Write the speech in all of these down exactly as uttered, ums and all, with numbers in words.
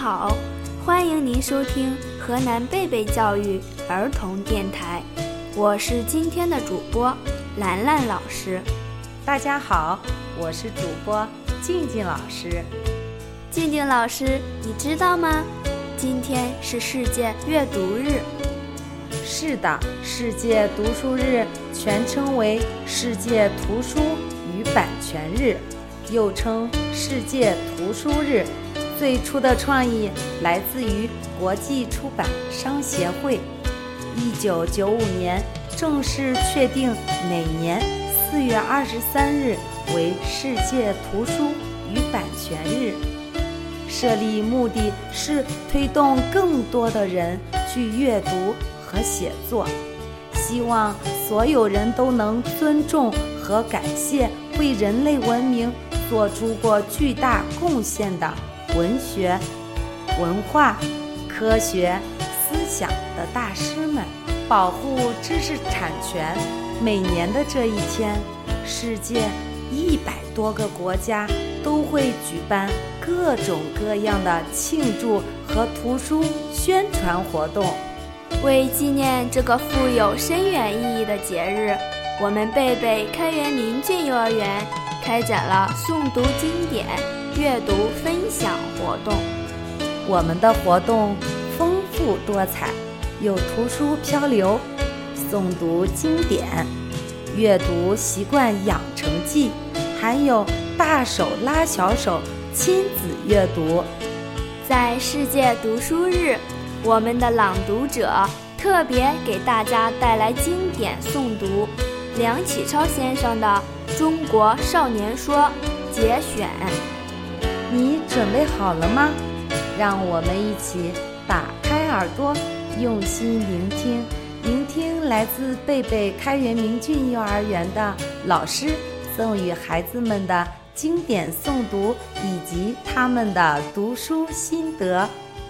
好，欢迎您收听河南贝贝教育儿童电台，我是今天的主播兰兰老师。 大家好，我是主播静静老师。 静静老师，你知道吗？今天是世界阅读日。 是的，世界读书日全称为世界图书与版权日，又称世界图书日。最初的创意来自于国际出版商协会，一九九五年正式确定每年四月二十三日为世界图书与版权日。设立目的是推动更多的人去阅读和写作，希望所有人都能尊重和感谢为人类文明做出过巨大贡献的文学、文化、科学、思想的大师们。保护知识产权，每年的这一天，世界一百多个国家都会举办各种各样的庆祝和图书宣传活动。 为纪念这个富有深远意义的节日，我们贝贝开元明郡幼儿园开展了诵读经典、阅读分享活动。 我们的活动丰富多彩，有图书漂流、诵读经典、阅读习惯养成记，还有大手拉小手亲子阅读。 在世界读书日，我们的朗读者特别给大家带来经典诵读梁启超先生的《中国少年说》节选。 你准备好了吗？让我们一起打开耳朵，用心聆听，聆听来自贝贝开元明郡幼儿园的老师赠予孩子们的经典诵读以及他们的读书心得。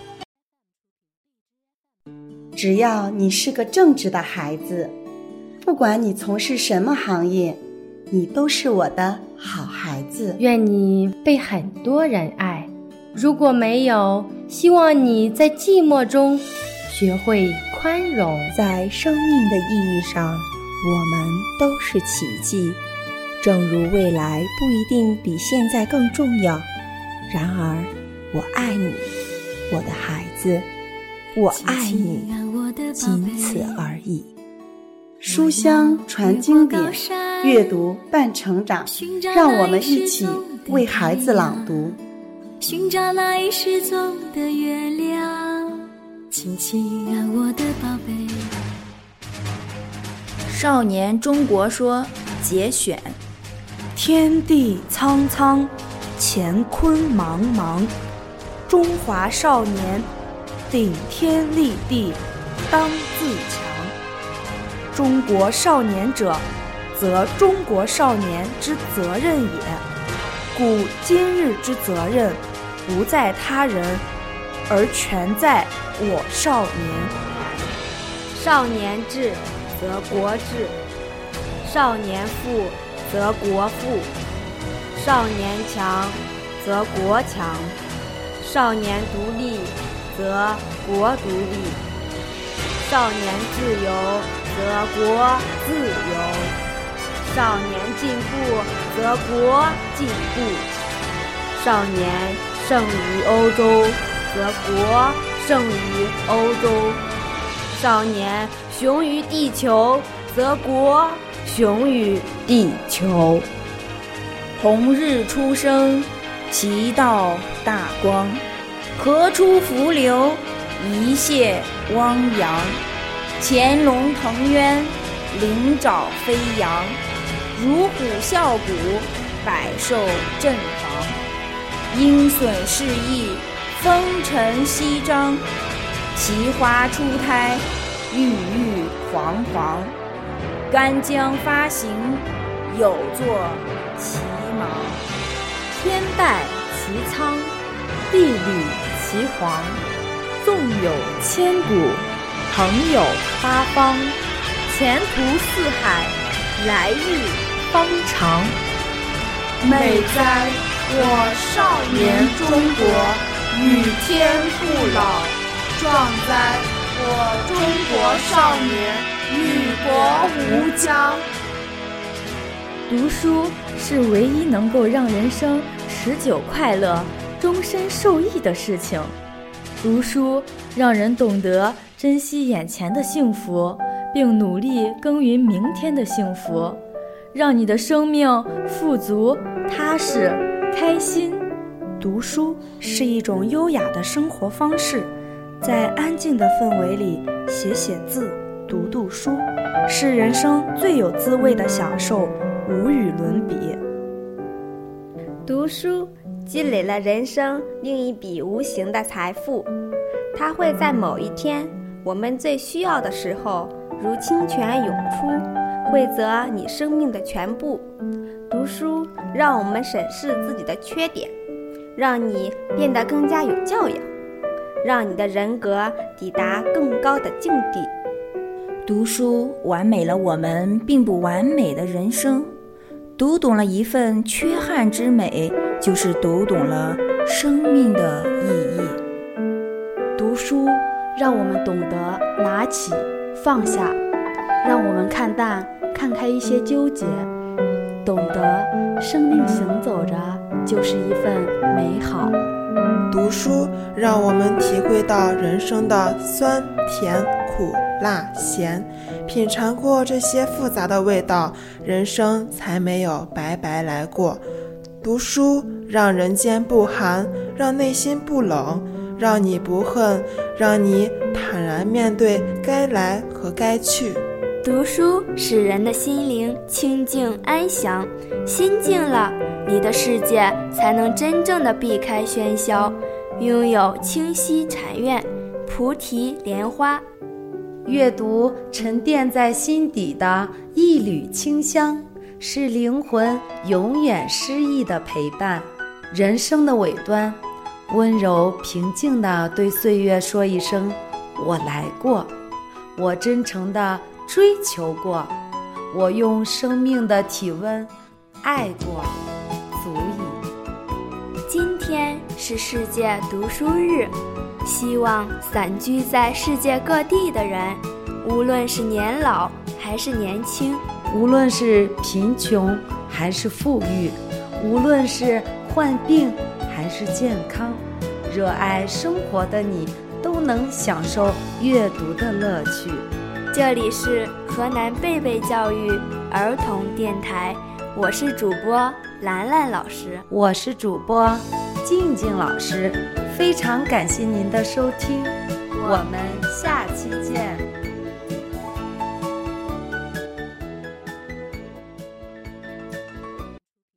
只要你是个正直的孩子，不管你从事什么行业，你都是我的好孩子。 愿你被很多人爱，如果没有，希望你在寂寞中学会宽容。 在生命的意义上，我们都是奇迹，正如未来不一定比现在更重要，然而我爱你，我的孩子，我爱你，仅此而已。 书香传经典，阅读伴成长，让我们一起为孩子朗读。 寻找那已失踪的月亮，亲亲啊我的宝贝。 少年中国说节选。 天地苍苍，乾坤茫茫，中华少年顶天立地，当自强。中国少年者，则中国少年之责任也。故今日之责任，不在他人，而全在我少年。 少年智，则国智；少年富，则国富；少年强，则国强；少年独立，则国独立；少年自由，则国自由；少年进步，则国进步；少年胜于欧洲，则国胜于欧洲；少年雄于地球，则国雄于地球。 红日初升，其道大光，河出伏流，一泻汪洋。潜龙腾渊，灵爪飞扬，如虎啸谷，百兽震惶。鹰隼试翼，风尘翕张，奇花初胎，郁郁皇皇。干将发行，有作其芒。 天戴其苍，地履其黄，纵有千古，横有八方。前途似海，来日方长。 美哉我少年中国， 与天不老，壮哉我中国少年，与国无疆。 读书是唯一能够让人生持久快乐、终身受益的事情。读书让人懂得珍惜眼前的幸福，并努力耕耘明天的幸福，让你的生命富足、踏实、开心。 读书是一种优雅的生活方式，在安静的氛围里写写字、读读书，是人生最有滋味的享受，无与伦比。 读书积累了人生另一笔无形的财富，它会在某一天我们最需要的时候如清泉涌出，汇泽你生命的全部。读书让我们审视自己的缺点，让你变得更加有教养，让你的人格抵达更高的境地。 读书完美了我们并不完美的人生，读懂了一份缺憾之美，就是读懂了生命的意义。 读书让我们懂得拿起放下，让我们看淡看开一些纠结，懂得生命行走着就是一份美好。 读书让我们体会到人生的酸甜苦辣咸，品尝过这些复杂的味道，人生才没有白白来过。读书让人间不寒，让内心不冷，让你不恨，让你坦然面对该来和该去。 读书使人的心灵清静安详，心静了，你的世界才能真正的避开喧嚣，拥有清晰禅院、菩提莲花。 阅读沉淀在心底的一缕清香，是灵魂永远诗意的陪伴。人生的尾端，温柔平静地对岁月说一声：我来过，我真诚地追求过，我用生命的体温爱过，足矣。 今天是世界读书日，希望散居在世界各地的人，无论是年老还是年轻， 无论是贫穷还是富裕，无论是患病还是健康，热爱生活的你都能享受阅读的乐趣。 这里是河南贝贝教育儿童电台，我是主播兰兰老师， 我是主播静静老师，非常感谢您的收听，我们下期见。